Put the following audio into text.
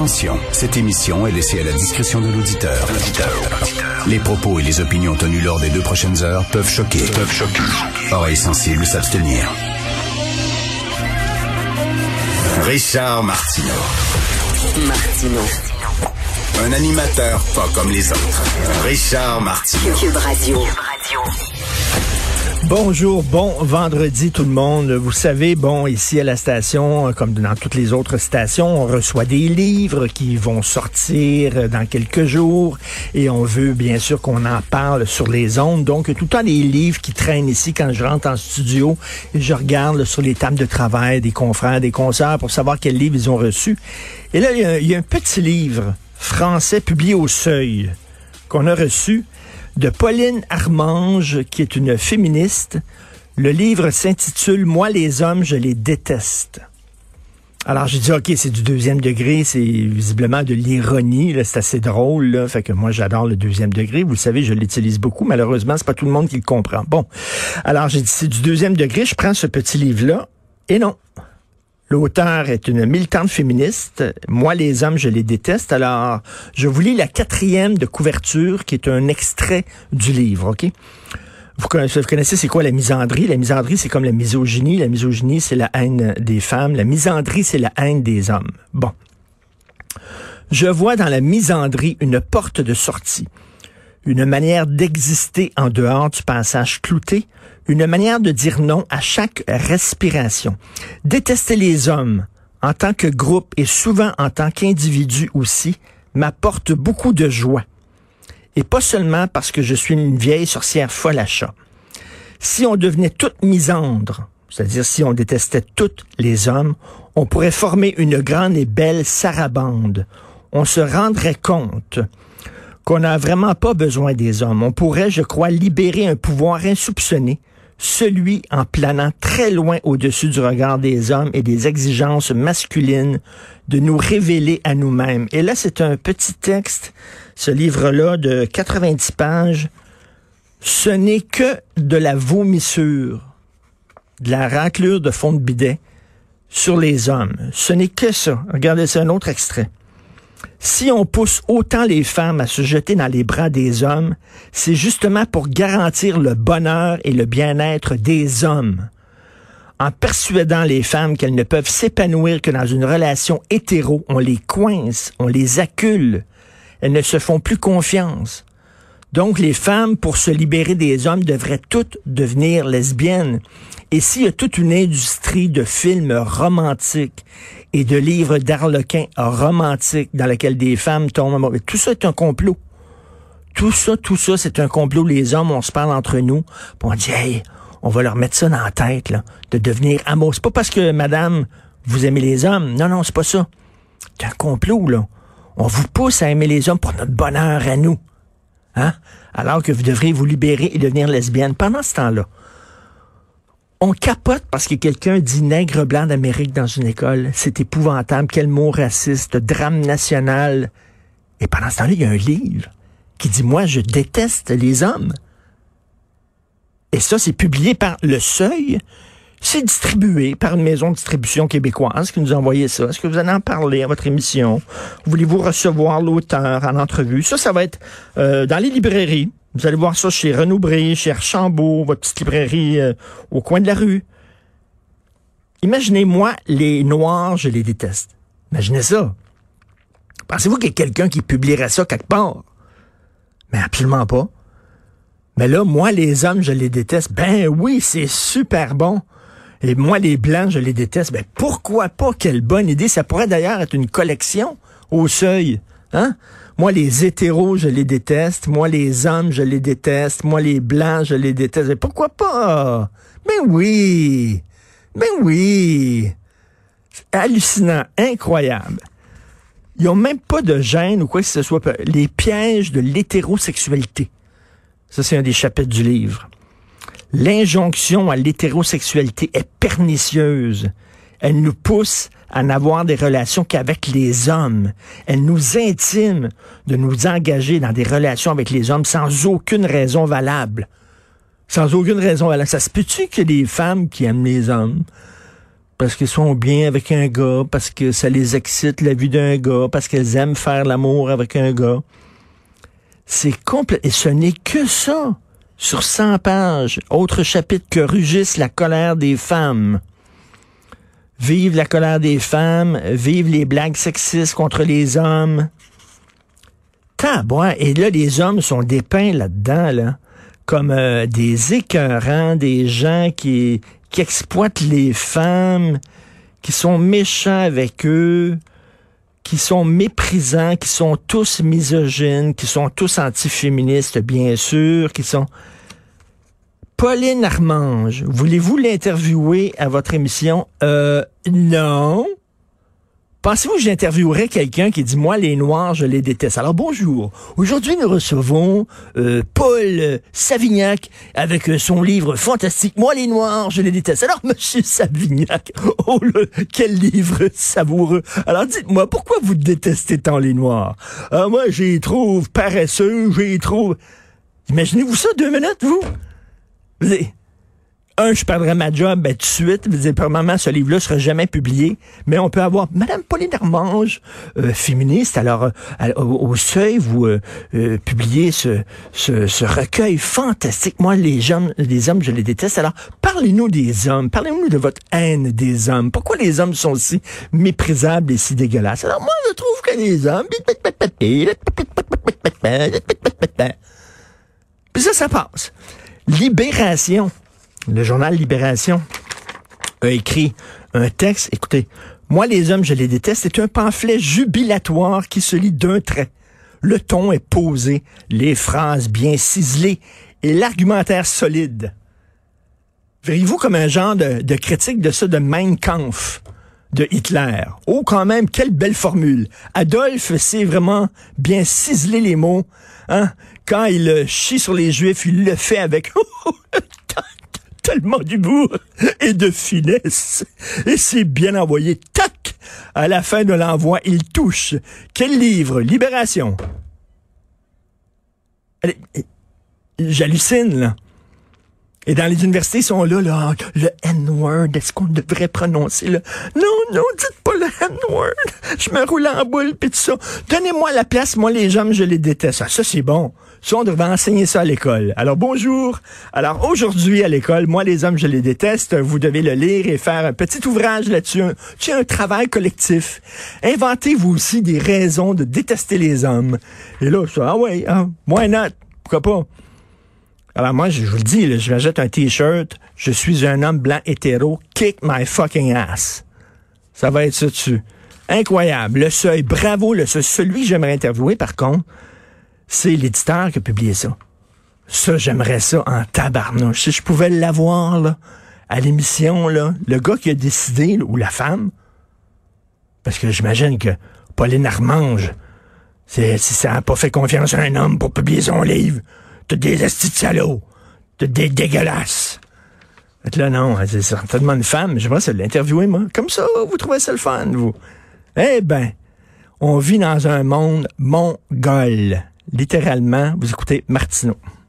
Attention, cette émission est laissée à la discrétion de l'auditeur. Les propos et les opinions tenues lors des 2 prochaines heures peuvent choquer. Oreilles sensibles s'abstenir. Richard Martineau. Un animateur pas comme les autres. Richard Martineau. Cube Radio. Bonjour, bon vendredi tout le monde. Vous savez, ici à la station, comme dans toutes les autres stations, on reçoit des livres qui vont sortir dans quelques jours et on veut bien sûr qu'on en parle sur les ondes. Donc, tout le temps des livres qui traînent ici quand je rentre en studio et je regarde sur les tables de travail des confrères, des consoeurs pour savoir quels livres ils ont reçus. Et là, il y a un petit livre français publié au Seuil qu'on a reçu de Pauline Armange, qui est une féministe. Le livre s'intitule « Moi, les hommes, je les déteste ». Alors, j'ai dit, OK, c'est du 2e degré, c'est visiblement de l'ironie, là, c'est assez drôle, là, fait que moi, j'adore le 2e degré. Vous le savez, je l'utilise beaucoup. Malheureusement, c'est pas tout le monde qui le comprend. Bon, alors, j'ai dit, c'est du 2e degré, je prends ce petit livre-là, et non. L'auteur est une militante féministe. Moi, les hommes, je les déteste. Alors, je vous lis la 4e de couverture, qui est un extrait du livre, OK? Vous connaissez c'est quoi la misandrie? La misandrie, c'est comme la misogynie. La misogynie, c'est la haine des femmes. La misandrie, c'est la haine des hommes. Bon. Je vois dans la misandrie une porte de sortie, une manière d'exister en dehors du passage clouté, une manière de dire non à chaque respiration. Détester les hommes en tant que groupe et souvent en tant qu'individu aussi m'apporte beaucoup de joie. Et pas seulement parce que je suis une vieille sorcière folle à chat. Si on devenait toutes misandres, c'est-à-dire si on détestait tous les hommes, on pourrait former une grande et belle sarabande. On se rendrait compte qu'on n'a vraiment pas besoin des hommes. On pourrait, je crois, libérer un pouvoir insoupçonné, celui en planant très loin au-dessus du regard des hommes et des exigences masculines de nous révéler à nous-mêmes. Et là, c'est un petit texte, ce livre-là de 90 pages. Ce n'est que de la vomissure, de la raclure de fond de bidet sur les hommes. Ce n'est que ça. Regardez, c'est un autre extrait. Si on pousse autant les femmes à se jeter dans les bras des hommes, c'est justement pour garantir le bonheur et le bien-être des hommes. En persuadant les femmes qu'elles ne peuvent s'épanouir que dans une relation hétéro, on les coince, on les accule. Elles ne se font plus confiance. Donc, les femmes, pour se libérer des hommes, devraient toutes devenir lesbiennes. Et s'il y a toute une industrie de films romantiques et de livres d'arlequins romantiques dans lesquels des femmes tombent amoureuses, tout ça est un complot. Tout ça, c'est un complot. Les hommes, on se parle entre nous, puis on dit, hey, on va leur mettre ça dans la tête, là, de devenir amoureux. C'est pas parce que, madame, vous aimez les hommes. Non, c'est pas ça. C'est un complot, là. On vous pousse à aimer les hommes pour notre bonheur à nous. Hein? Alors que vous devriez vous libérer et devenir lesbienne. Pendant ce temps-là, on capote parce que quelqu'un dit nègre blanc d'Amérique dans une école. C'est épouvantable. Quel mot raciste. Drame national. Et pendant ce temps-là, il y a un livre qui dit, moi, je déteste les hommes. Et ça, c'est publié par Le Seuil. C'est distribué par une maison de distribution québécoise qui nous a envoyé ça. Est-ce que vous allez en parler à votre émission? Voulez-vous recevoir l'auteur en entrevue? Ça va être dans les librairies. Vous allez voir ça chez Renaud-Bré, chez Archambault, votre petite librairie au coin de la rue. Imaginez, moi, les Noirs, je les déteste. Imaginez ça. Pensez-vous qu'il y a quelqu'un qui publierait ça quelque part? Mais absolument pas. Mais là, moi, les hommes, je les déteste. Ben oui, c'est super bon. Et moi, les Blancs, je les déteste. Ben pourquoi pas? Quelle bonne idée. Ça pourrait d'ailleurs être une collection au Seuil. Hein? Moi, les hétéros, je les déteste. Moi, les hommes, je les déteste. Moi, les Blancs, je les déteste. Mais pourquoi pas? Ben oui. C'est hallucinant, incroyable. Ils n'ont même pas de gêne ou quoi que ce soit. Les pièges de l'hétérosexualité. Ça, c'est un des chapitres du livre. L'injonction à l'hétérosexualité est pernicieuse. Elle nous pousse à n'avoir des relations qu'avec les hommes. Elle nous intime de nous engager dans des relations avec les hommes sans aucune raison valable. Sans aucune raison valable. Ça se peut-tu que des femmes qui aiment les hommes parce qu'elles sont bien avec un gars, parce que ça les excite la vue d'un gars, parce qu'elles aiment faire l'amour avec un gars. C'est complet. Et ce n'est que ça. Sur 100 pages. Autre chapitre que rugisse la colère des femmes. Vive la colère des femmes. Vive les blagues sexistes contre les hommes. Tabouin. Et là, les hommes sont dépeints là-dedans, là. Comme des écœurants, des gens qui exploitent les femmes, qui sont méchants avec eux, qui sont méprisants, qui sont tous misogynes, qui sont tous antiféministes, bien sûr, qui sont... Pauline Armange, voulez-vous l'interviewer à votre émission? Non. Pensez-vous que j'interviewerais quelqu'un qui dit « Moi, les Noirs, je les déteste ». Alors, bonjour. Aujourd'hui, nous recevons Paul Savignac avec son livre fantastique « Moi, les Noirs, je les déteste ». Alors, monsieur Savignac, oh là, quel livre savoureux. Alors, dites-moi, pourquoi vous détestez tant les Noirs? Ah, moi, j'y trouve paresseux, j'y trouve... Imaginez-vous ça, 2 minutes, vous? Vous dites... je perdrais ma job tout de suite. Probablement, ce livre-là ne sera jamais publié. Mais on peut avoir Madame Pauline Armange, féministe. Alors, au Seuil, vous publiez ce recueil fantastique. Moi, les hommes, je les déteste. Alors, parlez-nous des hommes. Parlez-nous de votre haine des hommes. Pourquoi les hommes sont si méprisables et si dégueulasses? Alors, moi, je trouve que les hommes... Puis ça passe. Libération. Le journal Libération a écrit un texte, écoutez, « Moi, les hommes, je les déteste », c'est un pamphlet jubilatoire qui se lit d'un trait. Le ton est posé, les phrases bien ciselées et l'argumentaire solide. Verriez-vous comme un genre de critique de ça, de Mein Kampf de Hitler. Oh, quand même, quelle belle formule. Adolphe sait vraiment bien ciseler les mots. Hein? Quand il chie sur les Juifs, il le fait avec... tellement d'humour et de finesse. Et c'est bien envoyé. Tac! À la fin de l'envoi, il touche. Quel livre? Libération. Allez, j'hallucine, là. Et dans les universités, ils sont là, le N-word, est-ce qu'on devrait prononcer le... Non, dites pas le N-word. Je me roule en boule, pis tout ça. Donnez-moi la place, moi, les hommes, je les déteste. Ça, c'est bon. Ça, on devrait enseigner ça à l'école. Alors, bonjour. Alors, aujourd'hui, à l'école, moi, les hommes, je les déteste. Vous devez le lire et faire un petit ouvrage là-dessus. Un travail collectif. Inventez-vous aussi des raisons de détester les hommes. Et là, ça, why not? Pourquoi pas? Alors moi, je vous le dis, là, je m'achète un T-shirt, je suis un homme blanc hétéro, kick my fucking ass. Ça va être ça dessus. Incroyable. Le Seuil, bravo, le Seuil. Celui que j'aimerais interviewer, par contre, c'est l'éditeur qui a publié ça. Ça, j'aimerais ça en tabarnouche. Si je pouvais l'avoir, là, à l'émission, là, le gars qui a décidé, là, ou la femme, parce que j'imagine que Pauline Armange, ça n'a pas fait confiance à un homme pour publier son livre. T'as des astis de salauds. T'as des dégueulasses. Là, non, c'est certainement une femme. J'aimerais ça l'interviewer, moi. Comme ça, vous trouvez ça le fun, vous. Eh ben, on vit dans un monde mongol. Littéralement, vous écoutez Martineau.